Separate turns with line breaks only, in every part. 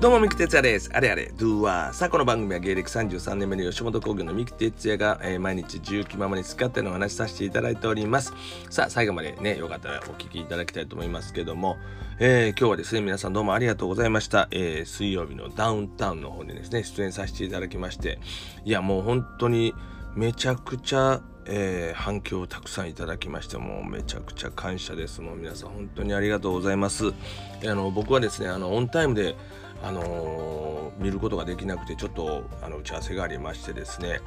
どうも、三木哲也です。あれあれ、ドゥワー。さあ、この番組は芸歴33年目の吉本興業の三木哲也が、毎日自由気ままに好き勝手のお話しさせていただいております。さあ、最後までね、よかったらお聞きいただきたいと思いますけども、今日はですね、皆さんどうもありがとうございました。水曜日のダウンタウンの方にですね、出演させていただきまして、いや、もう本当にめちゃくちゃ反響をたくさんいただきまして、もうめちゃくちゃ感謝です。もう皆さん本当にありがとうございます。僕はですね、オンタイムで見ることができなくて、ちょっと打ち合わせがありましてですね、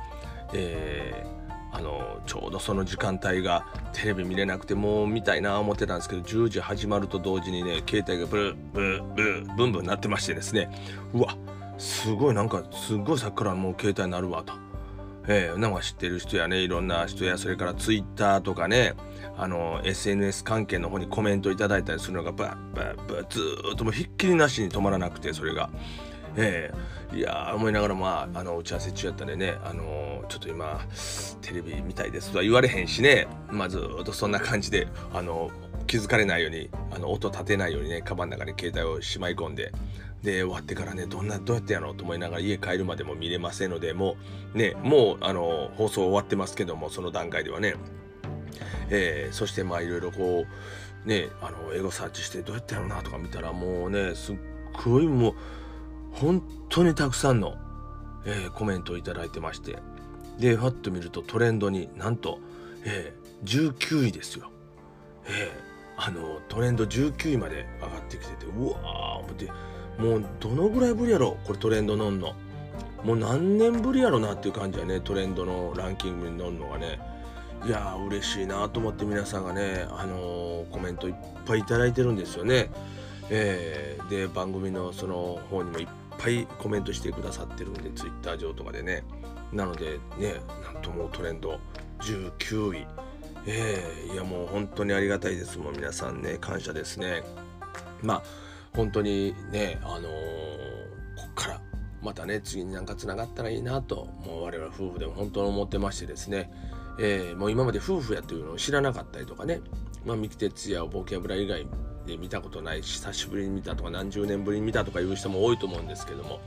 ちょうどその時間帯がテレビ見れなくて、もう見たいな思ってたんですけど、10時始まると同時にね、携帯がブルブルブルブンブンなってましてですね、うわ、すごいすごいさっきからもう携帯になるわと。なんか知ってる人やね、いろんな人や、それからツイッターとかね、SNS 関係の方にコメントいただいたりするのがバッずーっともうひっきりなしに止まらなくて、それがいやー思いながら、打ち合わせ中やったんでね、ちょっと今テレビ見たいですとは言われへんしね、ずーっとそんな感じで気づかれないように音立てないようにね、カバンの中に携帯をしまい込んで、で終わってからね、どうやってやろうと思いながら家帰るまでも見れませんので、もう放送終わってますけども、その段階ではね、そしていろいろこうね、エゴサーチしてどうやってやろうなとか見たら、もうね、すっごいもう本当にたくさんの、コメントをいただいてまして、でファッと見るとトレンドになんと、19位ですよ。トレンド19位まで上がってきてて、うわー思って、もうどのぐらいぶりやろこれトレンド乗んの。もう何年ぶりやろなっていう感じやね、トレンドのランキングに乗るのがね。いやー嬉しいなと思って、皆さんがね、コメントいっぱいいただいてるんですよね。で番組のその方にもいっぱいコメントしてくださってるんで、ツイッター上とかでね。なのでね、なんともうトレンド19位。いやもう本当にありがたいです。もう皆さんね、感謝ですね。本当にね、こっからまたね、次になんかつながったらいいなと、もう我々夫婦でも本当に思ってましてですね、もう今まで夫婦やっていうのを知らなかったりとかね、三木哲也をボキャブラ以外で見たことないし、久しぶりに見たとか何十年ぶりに見たとかいう人も多いと思うんですけども、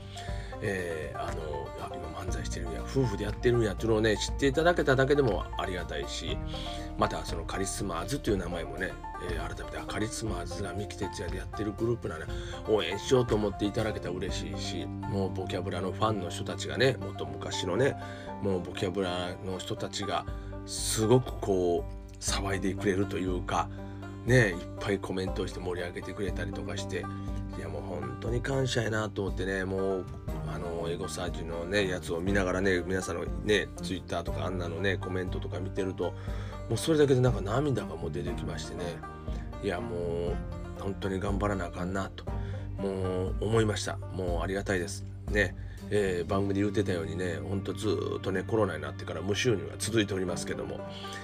今漫才してるんや、夫婦でやってるんやっていうのをね、知っていただけただけでもありがたいし、またそのカリスマーズという名前もね、改めてカリスマーズが三木哲也でやってるグループなら応援しようと思っていただけたら嬉しいし、もうボキャブラのファンの人たちがね、もっと昔のね、もうボキャブラの人たちがすごくこう騒いでくれるというかね、いっぱいコメントをして盛り上げてくれたりとかして、いやもう本当に感謝やなと思ってね、もうエゴサーチのねやつを見ながらね、皆さんのねツイッターとかあんなのねコメントとか見てると、もうそれだけでなんか涙がもう出てきましてね、いやもう本当に頑張らなあかんなともう思いました。もうありがたいですね。番組で言ってたようにね、ほんとずーっとねコロナになってから無収入が続いておりますけども、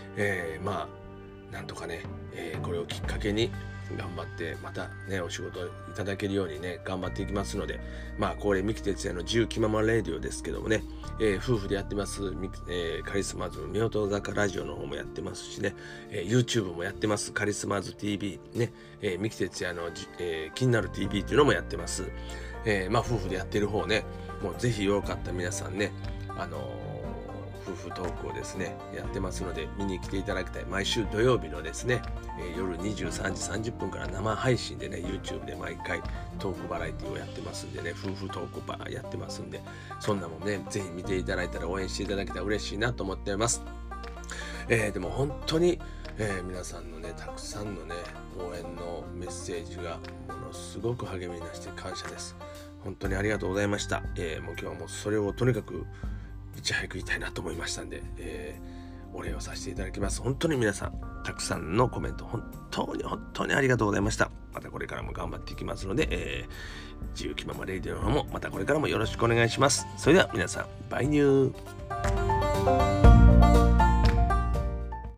なんとかね、これをきっかけに頑張ってまたねお仕事いただけるようにね頑張っていきますので、これ三木哲也の自由気ままレディオですけどもね、夫婦でやってます、カリスマーズの夫婦坂ラジオの方もやってますしね、YouTube もやってます、カリスマーズ TV ね、三木哲也の、気になる TV っていうのもやってます。夫婦でやってる方ね、もうぜひよかったら皆さんね、夫婦トークをですねやってますので見に来ていただきたい。毎週土曜日のですね、夜23時30分から生配信でね YouTube で毎回トークバラエティをやってますんでね、夫婦トークバーやってますんで、そんなもんねぜひ見ていただいたら、応援していただけたら嬉しいなと思っています。でも本当に、皆さんのねたくさんのね応援のメッセージがものすごく励みになして感謝です。本当にありがとうございました。もう今日はもうそれをとにかくいち早く言いたいなと思いましたんで、お礼をさせていただきます。本当に皆さんたくさんのコメント本当にありがとうございました。またこれからも頑張っていきますので、自由気ままレイディオの方もまたこれからもよろしくお願いします。それでは皆さんバイニュー。